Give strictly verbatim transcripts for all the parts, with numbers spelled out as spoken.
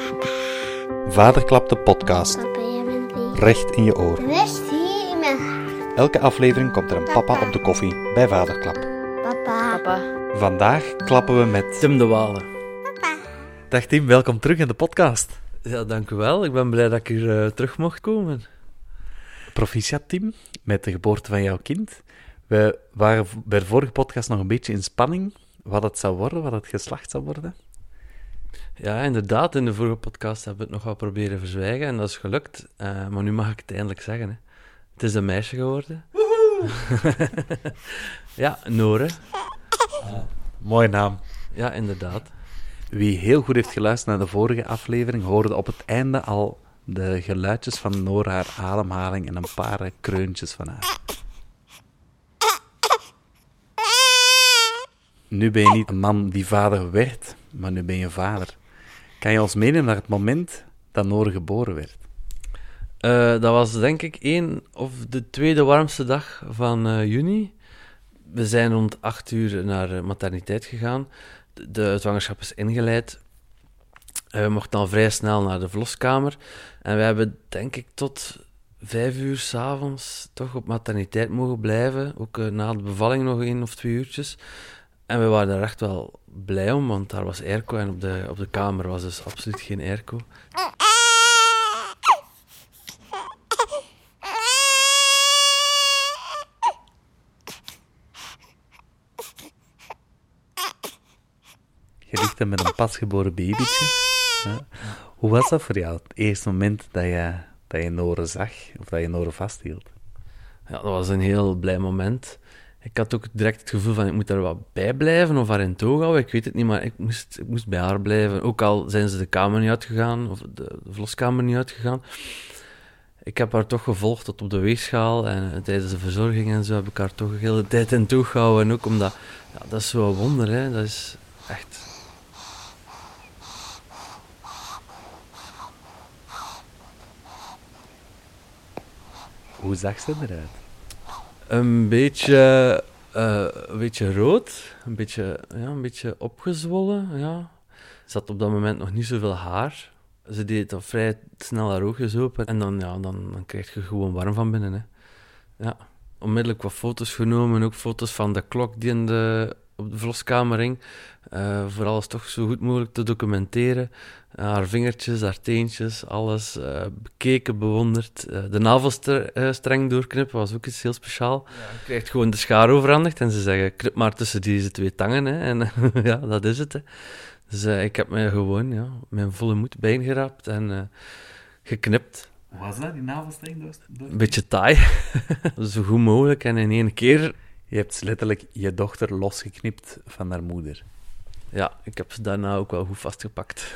Vaderklap de podcast. Papa, jij bent lief. Recht in je oor. Rust hier in mijn hart. Elke aflevering komt er een papa op de koffie bij Vaderklap. Papa. Papa. Vandaag klappen we met... Tim de Walen. Papa. Dag Tim, welkom terug in de podcast. Ja, dank u wel. Ik ben blij dat ik hier uh, terug mocht komen. Proficiat Tim, met de geboorte van jouw kind. We waren bij de vorige podcast nog een beetje in spanning wat het zou worden, wat het geslacht zou worden. Ja, inderdaad. In de vorige podcast hebben we het nog wel proberen verzwijgen en dat is gelukt. Uh, maar nu mag ik het eindelijk zeggen. Hè. Het is een meisje geworden. Ja, Noore. Uh, mooie naam. Ja, inderdaad. Wie heel goed heeft geluisterd naar de vorige aflevering, hoorde op het einde al de geluidjes van Noor, haar ademhaling en een paar kreuntjes van haar. Nu ben je niet een man die vader werd, maar nu ben je vader. Kan je ons meenemen naar het moment dat Noor geboren werd? Uh, dat was denk ik één of de tweede warmste dag van uh, juni. We zijn rond acht uur naar de materniteit gegaan. De, de zwangerschap is ingeleid. Uh, we mochten dan vrij snel naar de verloskamer. En we hebben denk ik tot vijf uur 's avonds toch op materniteit mogen blijven. Ook uh, na de bevalling nog één of twee uurtjes. En we waren daar echt wel blij om, want daar was airco en op de, op de kamer was dus absoluut geen airco. Je ligt er met een pasgeboren babytje. Ja. Hoe was dat voor jou, het eerste moment dat je, dat je Noor zag, of dat je Noor vasthield? Ja, dat was een heel blij moment. Ik had ook direct het gevoel van, ik moet er wat bij blijven, of haar in toog houden, ik weet het niet, maar ik moest, ik moest bij haar blijven. Ook al zijn ze de kamer niet uitgegaan, of de, de verloskamer niet uitgegaan. Ik heb haar toch gevolgd tot op de weegschaal, en, en tijdens de verzorging en zo heb ik haar toch de hele tijd in toog gehouden. En ook omdat, ja, dat is zo'n wonder, hè, dat is echt... Hoe zag ze eruit? Een beetje, uh, een beetje rood, een beetje, ja, een beetje opgezwollen. Ja. Ze had op dat moment nog niet zoveel haar. Ze deed dan vrij snel haar oogjes open en dan, ja, dan, dan krijg je gewoon warm van binnen. Hè. Ja. Onmiddellijk wat foto's genomen, ook foto's van de klok die in de, op de verloskamer hing. Uh, voor alles toch zo goed mogelijk te documenteren. Uh, haar vingertjes, haar teentjes, alles uh, bekeken, bewonderd. Uh, de navelstreng doorknippen was ook iets heel speciaal. Ja. Je krijgt gewoon de schaar overhandigd en ze zeggen, knip maar tussen deze twee tangen. Hè. En ja, dat is het. Hè. Dus uh, ik heb mij gewoon ja, mijn volle moed bijeengeraapt en uh, geknipt. Hoe was dat, die navelstreng door? door? Een beetje taai. Zo goed mogelijk en in één keer. Je hebt letterlijk je dochter losgeknipt van haar moeder. Ja, ik heb ze daarna ook wel goed vastgepakt.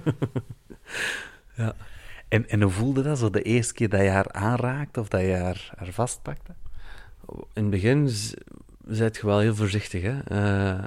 Ja. En, en hoe voelde dat, zo de eerste keer dat je haar aanraakte of dat je haar, haar vastpakte? In het begin zijt je wel heel voorzichtig, hè. Uh,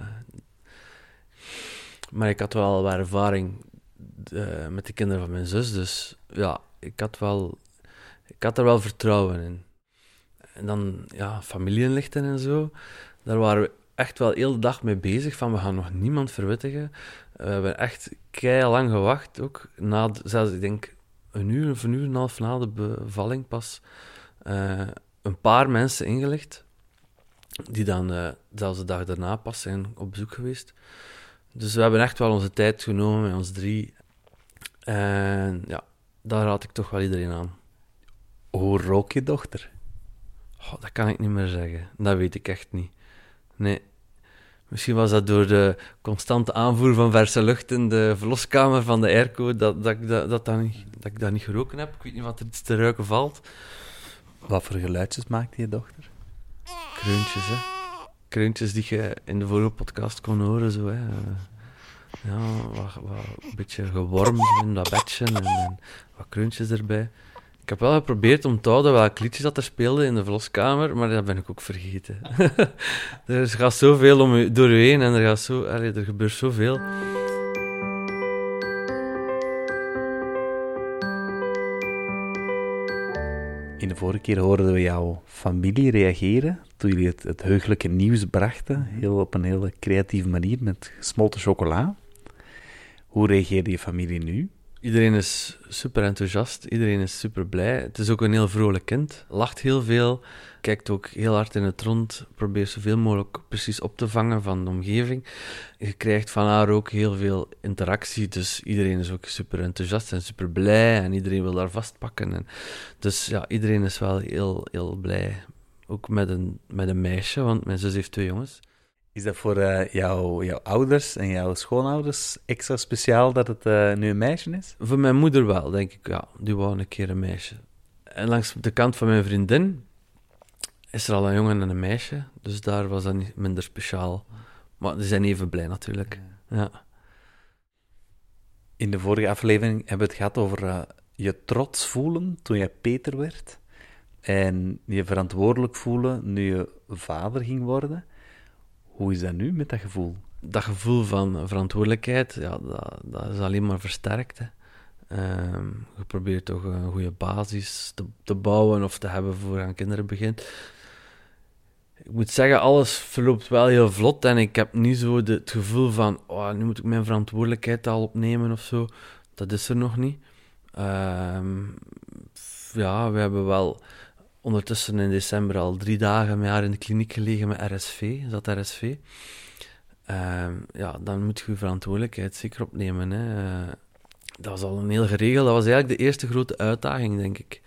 maar ik had wel wat ervaring uh, met de kinderen van mijn zus, dus ja, ik had, wel, ik had er wel vertrouwen in. En dan, ja, familieinlichten en zo, daar waren we echt wel heel de dag mee bezig, van we gaan nog niemand verwittigen. Uh, we hebben echt keilang gewacht, ook. Na de, zelfs, ik denk, een uur of een uur en een half na de bevalling pas uh, een paar mensen ingelicht, die dan uh, zelfs de dag daarna pas zijn op bezoek geweest. Dus we hebben echt wel onze tijd genomen met ons drie. En ja, daar raad ik toch wel iedereen aan. Hoe rook je dochter? Oh, dat kan ik niet meer zeggen. Dat weet ik echt niet. Nee. Misschien was dat door de constante aanvoer van verse lucht in de verloskamer van de airco, dat, dat, dat, dat, dat, niet, dat ik dat niet geroken heb. Ik weet niet wat er iets te ruiken valt. Wat voor geluidjes maakte je dochter? Kreuntjes, hè. Kreuntjes die je in de vorige podcast kon horen, zo, hè. Ja, wat, wat, een beetje geworm in dat bedje en, en wat kreuntjes erbij. Ik heb wel geprobeerd om te houden welke liedjes dat er speelde in de verloskamer, maar dat ben ik ook vergeten. Er gaat zoveel om u, door u heen en er, gaat zo, allee, er gebeurt zoveel. In de vorige keer hoorden we jouw familie reageren toen jullie het, het heugelijke nieuws brachten, heel op een hele creatieve manier met gesmolten chocola. Hoe reageerde je familie nu? Iedereen is super enthousiast, iedereen is super blij. Het is ook een heel vrolijk kind, lacht heel veel, kijkt ook heel hard in het rond, probeert zoveel mogelijk precies op te vangen van de omgeving. Je krijgt van haar ook heel veel interactie, dus iedereen is ook super enthousiast en super blij en iedereen wil daar vastpakken. En dus ja, iedereen is wel heel, heel blij. Ook met een, met een meisje, want mijn zus heeft twee jongens. Is dat voor uh, jou, jouw ouders en jouw schoonouders extra speciaal dat het uh, nu een meisje is? Voor mijn moeder wel, denk ik. Ja, die wou een keer een meisje. En langs de kant van mijn vriendin is er al een jongen en een meisje. Dus daar was dat niet minder speciaal. Maar die zijn even blij natuurlijk. Ja. In de vorige aflevering hebben we het gehad over uh, je trots voelen toen je Peter werd. En je verantwoordelijk voelen nu je vader ging worden. Hoe is dat nu met dat gevoel? Dat gevoel van verantwoordelijkheid, ja, dat, dat is alleen maar versterkt. Hè. Uh, je probeert toch een goede basis te, te bouwen of te hebben voor je aan kinderen begint. Ik moet zeggen, alles verloopt wel heel vlot en ik heb niet zo de, het gevoel van oh, nu moet ik mijn verantwoordelijkheid al opnemen of zo. Dat is er nog niet. Uh, ja, we hebben wel ondertussen in december al drie dagen met haar in de kliniek gelegen met R S V. Is dat R S V? Uh, ja, dan moet je je verantwoordelijkheid zeker opnemen. Hè. Uh, dat was al een heel geregeld. Dat was eigenlijk de eerste grote uitdaging, denk ik.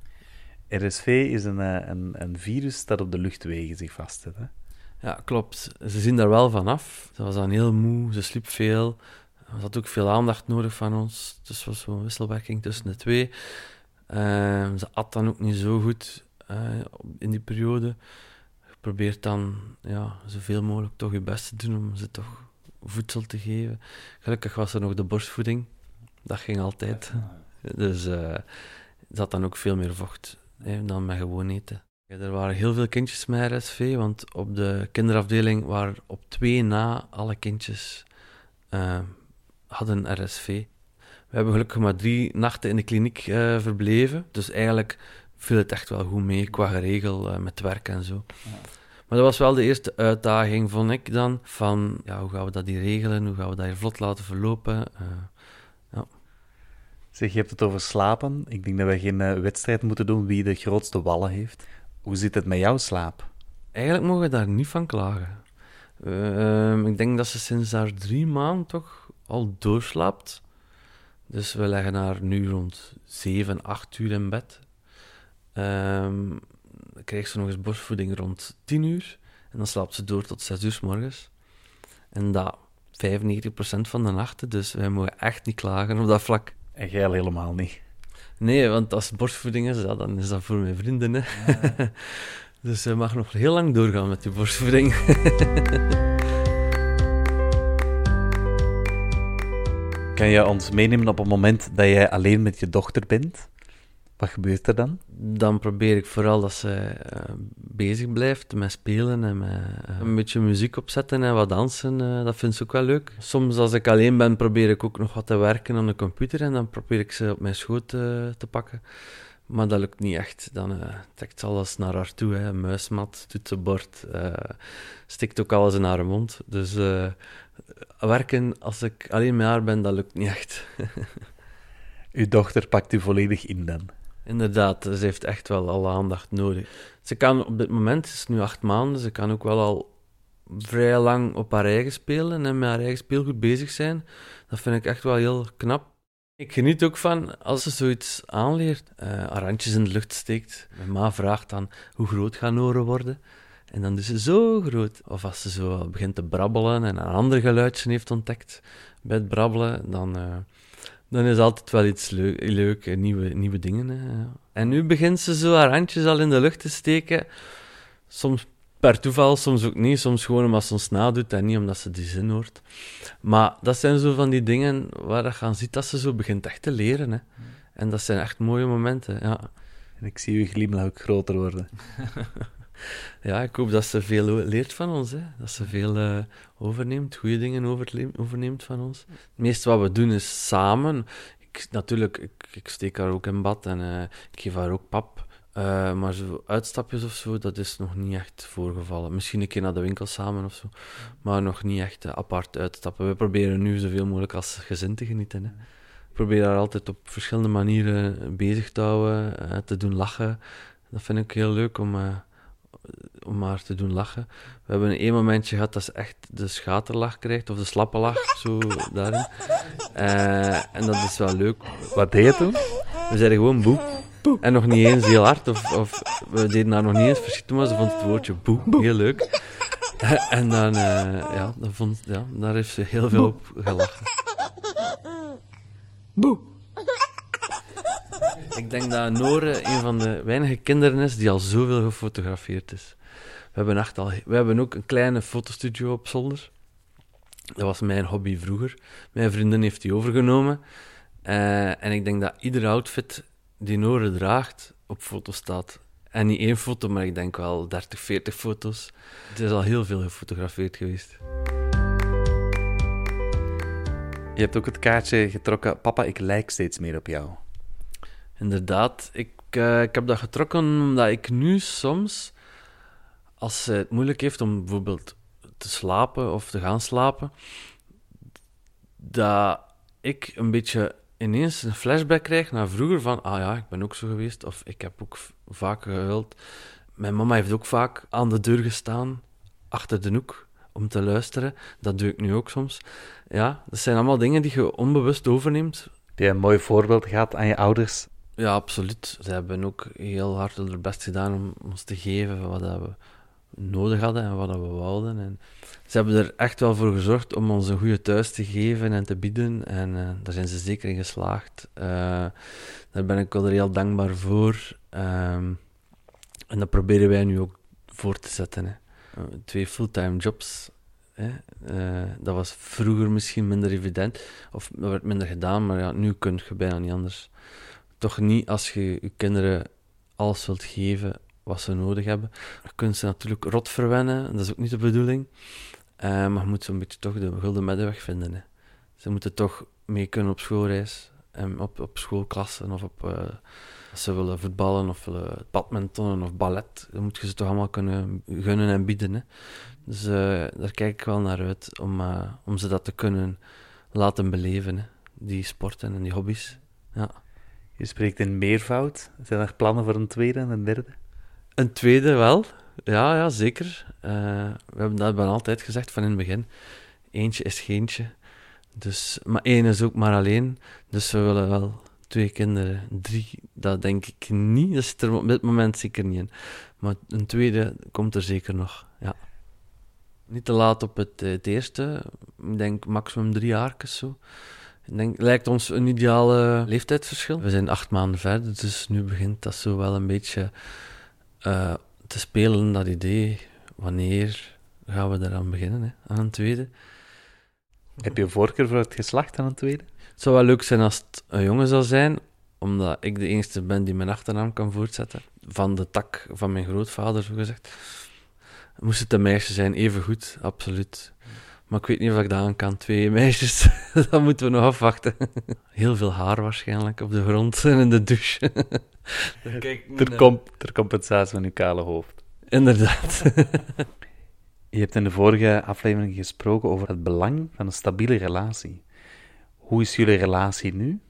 R S V is een, een, een virus dat op de luchtwegen zich vastzet. Hè? Ja, klopt. Ze zien daar wel van af. Ze was dan heel moe, ze sliep veel. Ze had ook veel aandacht nodig van ons. Dus het was zo'n wisselwerking tussen de twee. Uh, ze at dan ook niet zo goed uh, in die periode. Je probeert dan ja, zoveel mogelijk toch je best te doen om ze toch voedsel te geven. Gelukkig was er nog de borstvoeding. Dat ging altijd. Dus uh, ze had dan ook veel meer vocht hè, dan met gewoon eten. Er waren heel veel kindjes met R S V, want op de kinderafdeling waren op twee na alle kindjes uh, hadden R S V. We hebben gelukkig maar drie nachten in de kliniek uh, verbleven. Dus eigenlijk viel het echt wel goed mee qua geregel uh, met werk en zo. Ja. Maar dat was wel de eerste uitdaging, vond ik dan. Van, ja, hoe gaan we dat hier regelen? Hoe gaan we dat hier vlot laten verlopen? Uh, ja. Zeg, je hebt het over slapen. Ik denk dat wij geen uh, wedstrijd moeten doen wie de grootste wallen heeft. Hoe zit het met jouw slaap? Eigenlijk mogen we daar niet van klagen. Uh, ik denk dat ze sinds haar drie maanden toch al doorslaapt. Dus we leggen haar nu rond zeven, acht uur in bed. Um, dan krijgt ze nog eens borstvoeding rond tien uur. En dan slaapt ze door tot zes uur 's morgens. En dat vijfennegentig procent van de nachten. Dus wij mogen echt niet klagen op dat vlak. En jij al helemaal niet? Nee, want als het borstvoeding is, ja, dan is dat voor mijn vrienden. Hè. Ja. Dus ze mag nog heel lang doorgaan met die borstvoeding. Kan je ons meenemen op het moment dat jij alleen met je dochter bent? Wat gebeurt er dan? Dan probeer ik vooral dat ze uh, bezig blijft met spelen en met uh, een beetje muziek opzetten en wat dansen. Uh, dat vindt ze ook wel leuk. Soms als ik alleen ben, probeer ik ook nog wat te werken aan de computer en dan probeer ik ze op mijn schoot uh, te pakken. Maar dat lukt niet echt. Dan uh, trekt ze alles naar haar toe. Hè. Muismat, toetsenbord, uh, stikt ook alles in haar mond. Dus uh, werken als ik alleen met haar ben, dat lukt niet echt. Uw dochter pakt u volledig in dan? Inderdaad, ze heeft echt wel alle aandacht nodig. Ze kan op dit moment, het is nu acht maanden, ze kan ook wel al vrij lang op haar eigen spelen en met haar eigen speelgoed bezig zijn. Dat vind ik echt wel heel knap. Ik geniet ook van als ze zoiets aanleert, uh, haar handjes in de lucht steekt. Mijn ma vraagt dan hoe groot gaan oren worden. En dan is ze zo groot. Of als ze zo begint te brabbelen en een ander geluidje heeft ontdekt bij het brabbelen, dan, uh, dan is altijd wel iets leuk, leuk nieuwe, nieuwe dingen. Hè. En nu begint ze zo haar handjes al in de lucht te steken. Soms per toeval, soms ook niet. Soms gewoon omdat ze ons nadoet en niet omdat ze die zin hoort. Maar dat zijn zo van die dingen waar je aan ziet dat ze zo begint echt te leren. Hè. En dat zijn echt mooie momenten, ja. En ik zie uw glimlach ook groter worden. Ja, ik hoop dat ze veel leert van ons. Hè. Dat ze veel uh, overneemt, goede dingen overneemt van ons. Het meeste wat we doen is samen. Ik, natuurlijk, ik, ik steek haar ook in bad en uh, ik geef haar ook pap. Uh, maar zo uitstapjes of zo, dat is nog niet echt voorgevallen. Misschien een keer naar de winkel samen of zo. Maar nog niet echt uh, apart uitstappen. We proberen nu zoveel mogelijk als gezin te genieten. Hè. probeer haar altijd op verschillende manieren bezig te houden, uh, te doen lachen. Dat vind ik heel leuk om, uh, om haar te doen lachen. We hebben een één momentje gehad dat ze echt de schaterlach krijgt, of de slappe lach, zo daarin. Uh, en dat is wel leuk. Wat deed je toen? We zeiden gewoon boe. boe. En nog niet eens heel hard, of, of we deden haar nog niet eens verschieten, maar ze vond het woordje boe, boe. heel leuk. En dan, uh, ja, dan vond, ja, daar heeft ze heel veel op gelachen. Boe. Ik denk dat Noore een van de weinige kinderen is die al zoveel gefotografeerd is. We hebben, echt al, we hebben ook een kleine fotostudio op zolder. Dat was mijn hobby vroeger. Mijn vriendin heeft die overgenomen. Uh, en ik denk dat iedere outfit die Noore draagt op foto staat. En niet één foto, maar ik denk wel dertig, veertig foto's. Het is al heel veel gefotografeerd geweest. Je hebt ook het kaartje getrokken, papa, ik lijk steeds meer op jou. Inderdaad, ik, uh, ik heb dat getrokken omdat ik nu soms, als ze het moeilijk heeft om bijvoorbeeld te slapen of te gaan slapen, dat ik een beetje ineens een flashback krijg naar vroeger van, ah ja, ik ben ook zo geweest, of ik heb ook v- vaak gehuild. Mijn mama heeft ook vaak aan de deur gestaan, achter de hoek, om te luisteren. Dat doe ik nu ook soms. Ja, dat zijn allemaal dingen die je onbewust overneemt. Heb je een mooi voorbeeld gehad aan je ouders? Ja, absoluut. Ze hebben ook heel hard hun best gedaan om ons te geven wat dat we nodig hadden en wat dat we wouden. En ze hebben er echt wel voor gezorgd om ons een goede thuis te geven en te bieden. En uh, daar zijn ze zeker in geslaagd. Uh, daar ben ik wel heel dankbaar voor. Um, en dat proberen wij nu ook voor te zetten. Hè. Uh, twee fulltime jobs. Hè. Uh, dat was vroeger misschien minder evident. Of dat werd minder gedaan, maar ja, nu kun je bijna niet anders. Toch niet als je je kinderen alles wilt geven wat ze nodig hebben. Je kunt ze natuurlijk rot verwennen, dat is ook niet de bedoeling. Uh, maar je moet zo'n beetje toch de gulden middenweg vinden. Hè. Ze moeten toch mee kunnen op schoolreis, en op, op schoolklassen, of op, uh, als ze willen voetballen, of willen badmintonnen, of ballet. Dan moet je ze toch allemaal kunnen gunnen en bieden. Hè. Dus uh, daar kijk ik wel naar uit, om, uh, om ze dat te kunnen laten beleven, hè. Die sporten en die hobby's. Ja. Je spreekt in meervoud. Zijn er plannen voor een tweede en een derde? Een tweede wel, ja, ja zeker. Uh, we hebben dat altijd gezegd van in het begin. Eentje is geentje. Dus, maar één is ook maar alleen. Dus we willen wel twee kinderen. Drie, dat denk ik niet. Dat zit er op dit moment zeker niet in. Maar een tweede komt er zeker nog, ja. Niet te laat op het, het eerste. Ik denk maximum drie jaar zo. Ik denk, lijkt ons een ideale leeftijdsverschil. We zijn acht maanden verder, dus nu begint dat zo wel een beetje uh, te spelen, dat idee. Wanneer gaan we eraan beginnen, hè, aan een tweede? Heb je een voorkeur voor het geslacht aan een tweede? Het zou wel leuk zijn als het een jongen zou zijn, omdat ik de enige ben die mijn achternaam kan voortzetten. Van de tak van mijn grootvader, zo gezegd. Moest het een meisje zijn, even goed, absoluut. Maar ik weet niet of ik dat aan kan. Twee meisjes, dat moeten we nog afwachten. Heel veel haar waarschijnlijk op de grond en in de douche. Kijk, ter, comp- ter compensatie van uw kale hoofd. Inderdaad. Je hebt in de vorige aflevering gesproken over het belang van een stabiele relatie. Hoe is jullie relatie nu?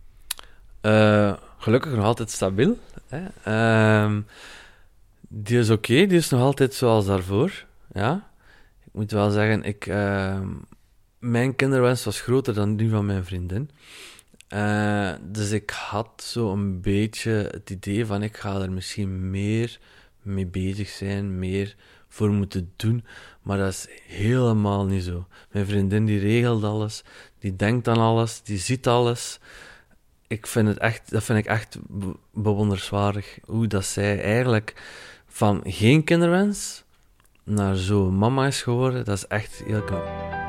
Uh, gelukkig nog altijd stabiel. Hè. Uh, die is oké, okay, die is nog altijd zoals daarvoor. Ja. Ik moet wel zeggen, ik, uh, mijn kinderwens was groter dan die van mijn vriendin. Uh, dus ik had zo een beetje het idee van, ik ga er misschien meer mee bezig zijn, meer voor moeten doen. Maar dat is helemaal niet zo. Mijn vriendin die regelt alles, die denkt aan alles, die ziet alles. Ik vind het echt, dat vind ik echt be- bewonderenswaardig. Hoe dat zij eigenlijk van geen kinderwens naar zo'n mama is geworden, dat is echt heel knap.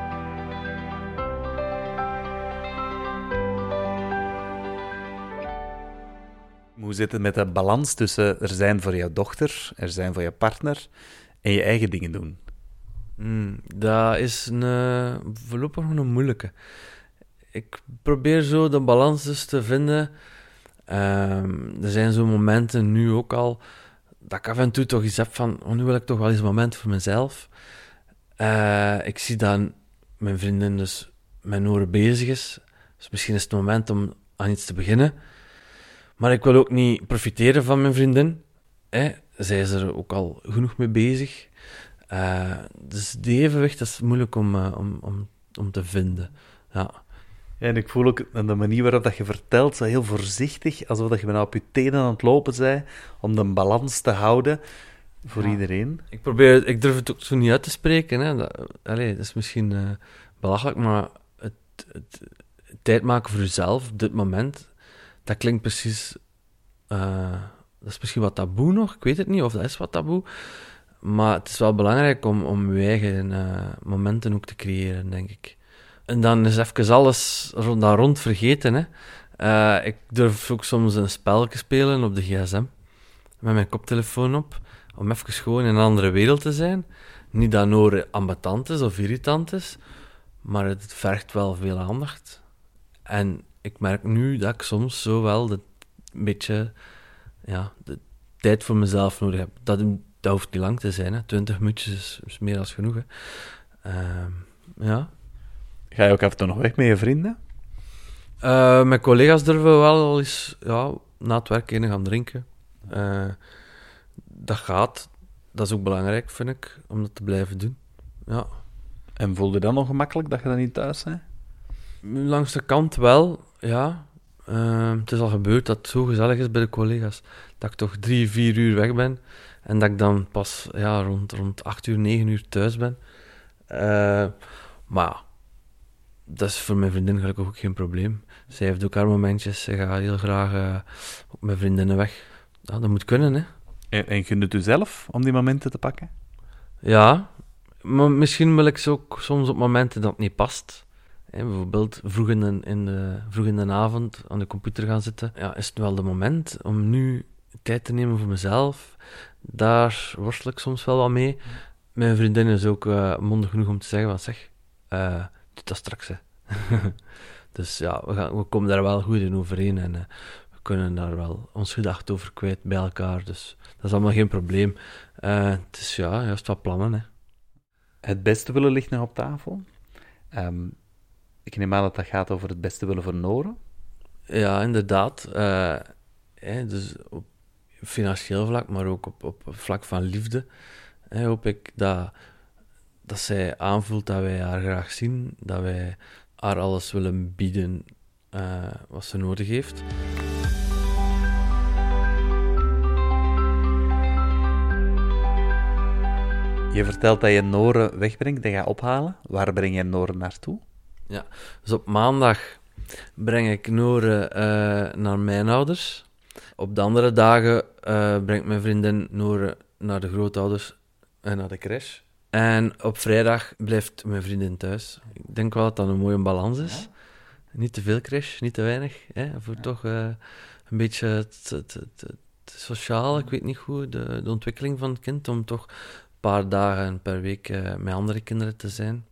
Hoe zit het met de balans tussen er zijn voor jouw dochter, er zijn voor je partner en je eigen dingen doen? Mm, dat is een, uh, voorlopig nog een moeilijke. Ik probeer zo de balans dus te vinden. Um, er zijn zo momenten, nu ook al, dat ik af en toe toch iets heb van, oh, nu wil ik toch wel eens een moment voor mezelf. Uh, ik zie dat mijn vriendin dus met Noor bezig is. Dus misschien is het moment om aan iets te beginnen. Maar ik wil ook niet profiteren van mijn vriendin. Hè. Zij is er ook al genoeg mee bezig. Uh, dus die evenwicht is moeilijk om, uh, om, om, om te vinden. Ja. Ja, en ik voel ook aan de manier waarop dat je vertelt, zo heel voorzichtig, alsof dat je bijna op je tenen aan het lopen bent, om de balans te houden voor ja. iedereen. Ik probeer, ik durf het ook zo niet uit te spreken. Hè. Dat, allez, dat is misschien uh, belachelijk, maar het, het, het tijd maken voor jezelf op dit moment, dat klinkt precies... Uh, dat is misschien wat taboe nog, ik weet het niet, of dat is wat taboe. Maar het is wel belangrijk om, om je eigen uh, momenten ook te creëren, denk ik. En dan is even alles rond, daar rond vergeten. Hè. Uh, ik durf ook soms een spelletje spelen op de gsm, met mijn koptelefoon op, om even gewoon in een andere wereld te zijn. Niet dat Noor ambetant is of irritant is, maar het vergt wel veel aandacht. En ik merk nu dat ik soms zo wel de, een beetje ja, de tijd voor mezelf nodig heb. Dat, dat hoeft niet lang te zijn, hè. twintig minuutjes is, is meer dan genoeg. Hè. Uh, ja. Ga je ook af en toe nog weg met je vrienden? Uh, mijn collega's durven wel al eens ja, na het werk een gaan drinken. Uh, dat gaat. Dat is ook belangrijk, vind ik, om dat te blijven doen. Ja. En voel je dan nog gemakkelijk dat je dan niet thuis bent? Langs de kant wel, ja. Uh, het is al gebeurd dat het zo gezellig is bij de collega's, dat ik toch drie, vier uur weg ben en dat ik dan pas ja, rond, rond acht uur, negen uur thuis ben. Uh, maar dat is voor mijn vriendin gelukkig ook geen probleem. Zij heeft ook haar momentjes, zij gaat heel graag uh, op mijn vriendinnen weg. Ja, dat moet kunnen, hè. En, en gun je het u zelf om die momenten te pakken? Ja, maar misschien wil ik ze ook soms op momenten dat het niet past. Hè, bijvoorbeeld vroeg in, de, in de, vroeg in de avond aan de computer gaan zitten. Ja, is het wel de moment om nu tijd te nemen voor mezelf? Daar worstel ik soms wel wat mee. Mijn vriendin is ook uh, mondig genoeg om te zeggen, wat zeg, uh, doe dat straks, hè. Dus ja, we, gaan, we komen daar wel goed in overeen en uh, we kunnen daar wel ons gedacht over kwijt bij elkaar. Dus dat is allemaal geen probleem. Uh, het is ja, juist wat plannen, hè. Het beste willen ligt nog op tafel. Um, ik neem aan dat dat gaat over het beste willen voor Noor. Ja, inderdaad. Uh, hè, dus op financieel vlak, maar ook op, op vlak van liefde, hè, hoop ik dat, dat zij aanvoelt dat wij haar graag zien, dat wij haar alles willen bieden uh, wat ze nodig heeft. Je vertelt dat je Noor wegbrengt en gaat ophalen. Waar breng je Noor naartoe? Ja, dus op maandag breng ik Noor uh, naar mijn ouders. Op de andere dagen uh, brengt mijn vriendin Noor naar de grootouders en naar de crash. En op vrijdag blijft mijn vriendin thuis. Ik denk wel dat dat een mooie balans is. Ja. Niet te veel crash, niet te weinig. Hè? Voor ja. toch uh, een beetje het, het, het, het sociaal, ik weet niet goed, de, de ontwikkeling van het kind, om toch een paar dagen per week uh, met andere kinderen te zijn.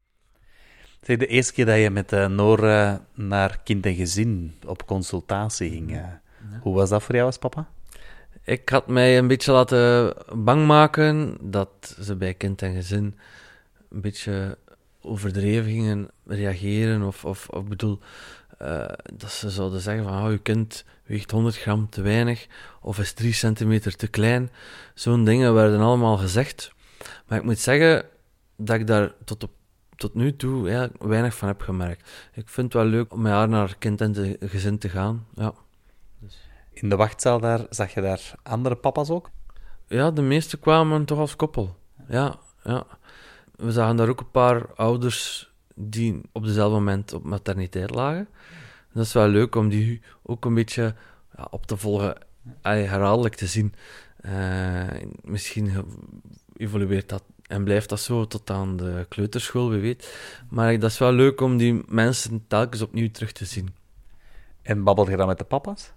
Zeg, de eerste keer dat je met uh, Noor uh, naar kind en gezin op consultatie ging, uh, ja. hoe was dat voor jou als papa? Ik had mij een beetje laten bang maken dat ze bij kind en gezin een beetje overdreven gingen reageren. Of, of, of bedoel, uh, dat ze zouden zeggen van, oh, je kind weegt honderd gram te weinig of is drie centimeter te klein. Zo'n dingen werden allemaal gezegd. Maar ik moet zeggen dat ik daar tot, op, tot nu toe eigenlijk weinig van heb gemerkt. Ik vind het wel leuk om met haar naar kind en te, gezin te gaan, ja. In de wachtzaal daar, zag je daar andere papa's ook? Ja, de meeste kwamen toch als koppel. Ja, ja. We zagen daar ook een paar ouders die op dezelfde moment op materniteit lagen. Dat is wel leuk om die ook een beetje ja, op te volgen, herhaaldelijk te zien. Uh, misschien evolueert dat en blijft dat zo tot aan de kleuterschool, wie weet. Maar dat is wel leuk om die mensen telkens opnieuw terug te zien. En babbelde je dan met de papa's?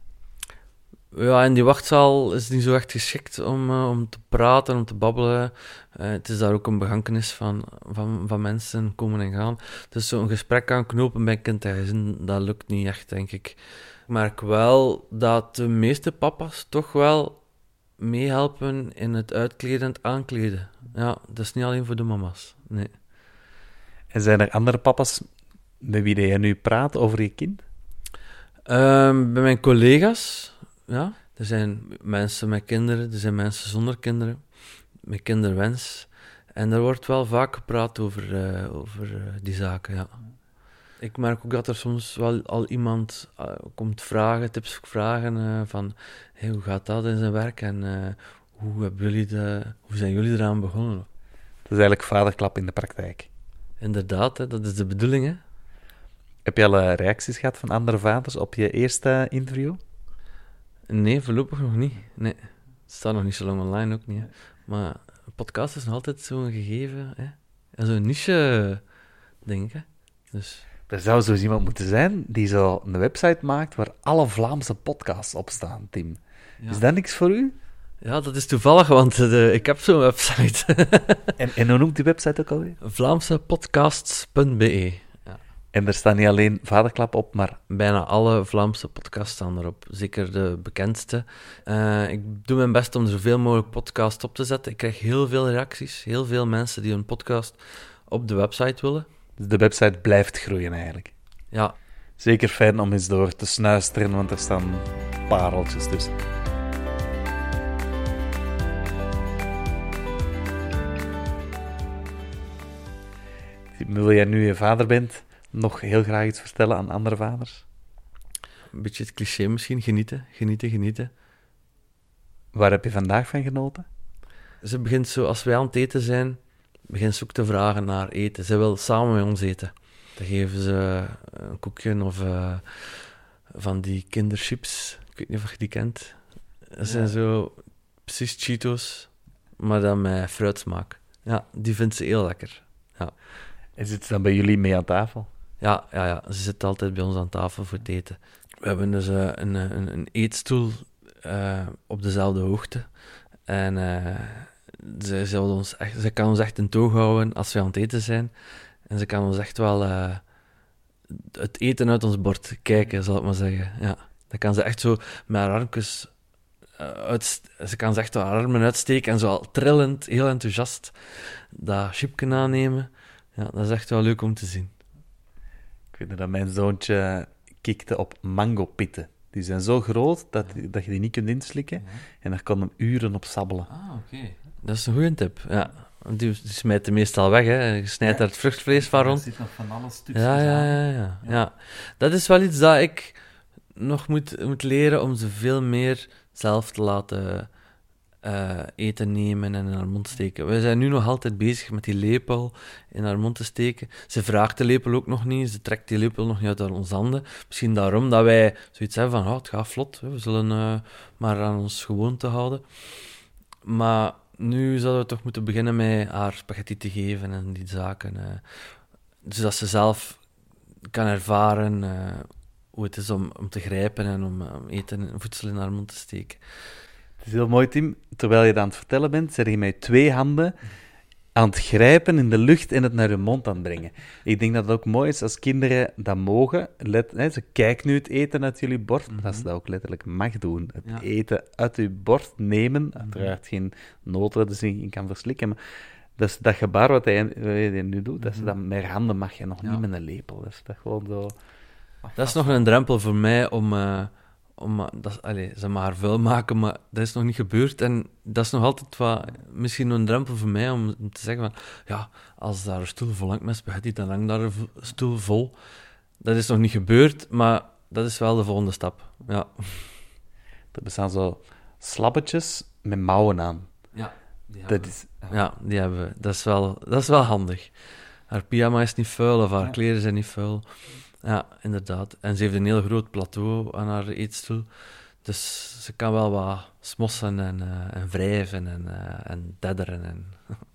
Ja, in die wachtzaal is het niet zo echt geschikt om, uh, om te praten, om te babbelen. Uh, het is daar ook een begankenis van, van, van mensen komen en gaan. Dus zo'n gesprek aanknopen bij kind en gezin, dat lukt niet echt, denk ik. Ik merk wel dat de meeste papa's toch wel meehelpen in het uitkleden en het aankleden. Ja, dat is niet alleen voor de mama's, nee. En zijn er andere papa's met wie jij nu praat over je kind? Um, bij mijn collega's, ja. Er zijn mensen met kinderen, er zijn mensen zonder kinderen, met kinderwens. En er wordt wel vaak gepraat over, uh, over uh, die zaken, ja. Ik merk ook dat er soms wel al iemand uh, komt vragen, tips vragen, uh, van hey, hoe gaat dat in zijn werk en uh, hoe, hebben jullie de, hoe zijn jullie eraan begonnen? Dat is eigenlijk vaderklap in de praktijk. Inderdaad, hè, dat is de bedoeling, hè. Heb je al uh, reacties gehad van andere vaders op je eerste interview? Nee, voorlopig nog niet. Nee. Het staat nog niet zo lang online ook niet. Hè. Maar een podcast is nog altijd zo'n gegeven, hè. En zo'n niche ding, hè. Dus... Er zou zo iemand moeten zijn die zo een website maakt waar alle Vlaamse podcasts op staan, Tim. Ja. Is dat niks voor u? Ja, dat is toevallig, want de, ik heb zo'n website. en, en hoe noemt die website ook alweer? vlaamsepodcasts punt b e. Ja. En er staan niet alleen vaderklap op, maar... Bijna alle Vlaamse podcasts staan erop. Zeker de bekendste. Uh, ik doe mijn best om er zoveel mogelijk podcasts op te zetten. Ik krijg heel veel reacties. Heel veel mensen die een podcast op de website willen. Dus de website blijft groeien eigenlijk. Ja. Zeker fijn om eens door te snuisteren, want er staan pareltjes tussen. Wil jij nu je vader bent, nog heel graag iets vertellen aan andere vaders? Een beetje het cliché misschien, genieten, genieten, genieten. Waar heb je vandaag van genoten? Ze begint zo, als wij aan het eten zijn, begint ze ook te vragen naar eten. Ze wil samen met ons eten. Dan geven ze een koekje of uh, van die kinderchips. Ik weet niet of je die kent. Dat ja. zijn zo precies Cheetos, maar dan met fruitsmaak. Ja, die vindt ze heel lekker. Ja. En zit ze dan bij jullie mee aan tafel? Ja, ja, ja, ze zit altijd bij ons aan tafel voor het eten. We hebben dus uh, een, een, een eetstoel uh, op dezelfde hoogte. En uh, ze, ze, ons echt, ze kan ons echt in toog houden als we aan het eten zijn. En ze kan ons echt wel uh, het eten uit ons bord kijken, zal ik maar zeggen. Ja, dan kan ze echt zo met haar armpjes... Uh, uit, ze kan ze echt haar armen uitsteken en zo al trillend, heel enthousiast dat chipje aannemen. Ja, dat is echt wel leuk om te zien. Ik weet dat mijn zoontje kikte op mangopitten. Die zijn zo groot dat, dat je die niet kunt inslikken. Ja. En daar kan hem uren op sabbelen. Ah, oké. Okay. Dat is een goede tip, ja. Die, die smijt je meestal weg, hè. Je snijdt ja. daar het vruchtvlees van rond. Er zit nog van alle stukjes ja, ja, ja, ja, ja. ja. Dat is wel iets dat ik nog moet, moet leren om zoveel meer zelf te laten uh, eten nemen en in haar mond steken. We zijn nu nog altijd bezig met die lepel in haar mond te steken. Ze vraagt de lepel ook nog niet. Ze trekt die lepel nog niet uit onze handen. Misschien daarom dat wij zoiets hebben van, oh, het gaat vlot. Hè. We zullen uh, maar aan ons gewoonte houden. Maar nu zouden we toch moeten beginnen met haar spaghetti te geven en die zaken. Uh, zodat ze zelf kan ervaren uh, hoe het is om, om te grijpen en om, om eten en voedsel in haar mond te steken. Het is heel mooi, Tim. Terwijl je dat aan het vertellen bent, zeg je met twee handen aan het grijpen in de lucht en het naar je mond aan het brengen. Ik denk dat het ook mooi is als kinderen dat mogen. Let, hè, ze kijken nu het eten uit jullie bord, maar dat ze dat ook letterlijk mag doen. Het ja. eten uit je bord nemen, uiteraard geen noten dat ze in kan verslikken, maar dat, is dat gebaar wat hij, wat hij nu doet, dat ze dat met handen mag en nog ja. niet met een lepel. Dat is dat gewoon zo... Dat is nog een drempel voor mij om... Uh... Om, dat, allez, ze mag haar vuil maken, maar dat is nog niet gebeurd. En dat is nog altijd wat, misschien een drempel voor mij om, om te zeggen van... Ja, als daar een stoel vol hangt met spaghetti, dan hangt daar een stoel vol. Dat is nog niet gebeurd, maar dat is wel de volgende stap. Ja. Er bestaan zo slabbetjes met mouwen aan. Ja, die dat hebben, is, ja. ja, die hebben we. Dat is wel, dat is wel handig. Haar pyjama is niet vuil, of haar ja. kleren zijn niet vuil. Ja, inderdaad. En ze heeft een heel groot plateau aan haar eetstoel. Dus ze kan wel wat smossen en, uh, en wrijven en, uh, en dedderen. En...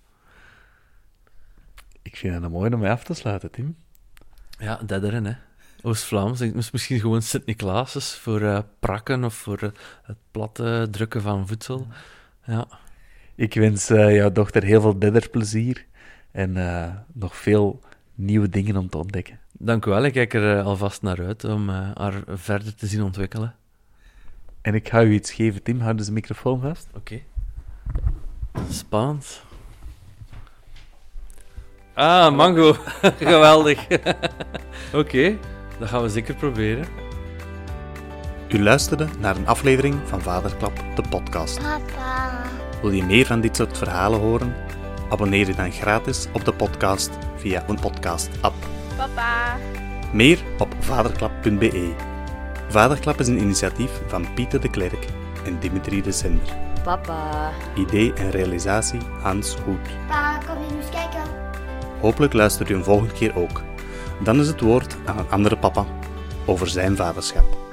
Ik vind het een mooi om mee af te sluiten, Tim. Ja, dedderen, hè. Oost-Vlaams. Ik moest misschien gewoon Sint-Niklaasjes voor uh, prakken of voor uh, het platte drukken van voedsel. Ja. Ik wens uh, jouw dochter heel veel dedderplezier en uh, nog veel nieuwe dingen om te ontdekken. Dank u wel, ik kijk er uh, alvast naar uit om uh, haar verder te zien ontwikkelen. En ik ga u iets geven, Tim. Houd dus de microfoon vast. Oké. Okay. Spannend. Ah, mango. Geweldig. Oké, okay, dat gaan we zeker proberen. U luisterde naar een aflevering van Vaderklap, de podcast. Papa. Wil je meer van dit soort verhalen horen? Abonneer je dan gratis op de podcast via een podcast-app. Papa. Meer op vaderklap punt b e. Vaderklap is een initiatief van Pieter de Klerk en Dimitri de Zender. Papa. Idee en realisatie Hans Hoed. Pa, kom je nu eens kijken? Hopelijk luistert u een volgende keer ook. Dan is het woord aan een andere papa over zijn vaderschap.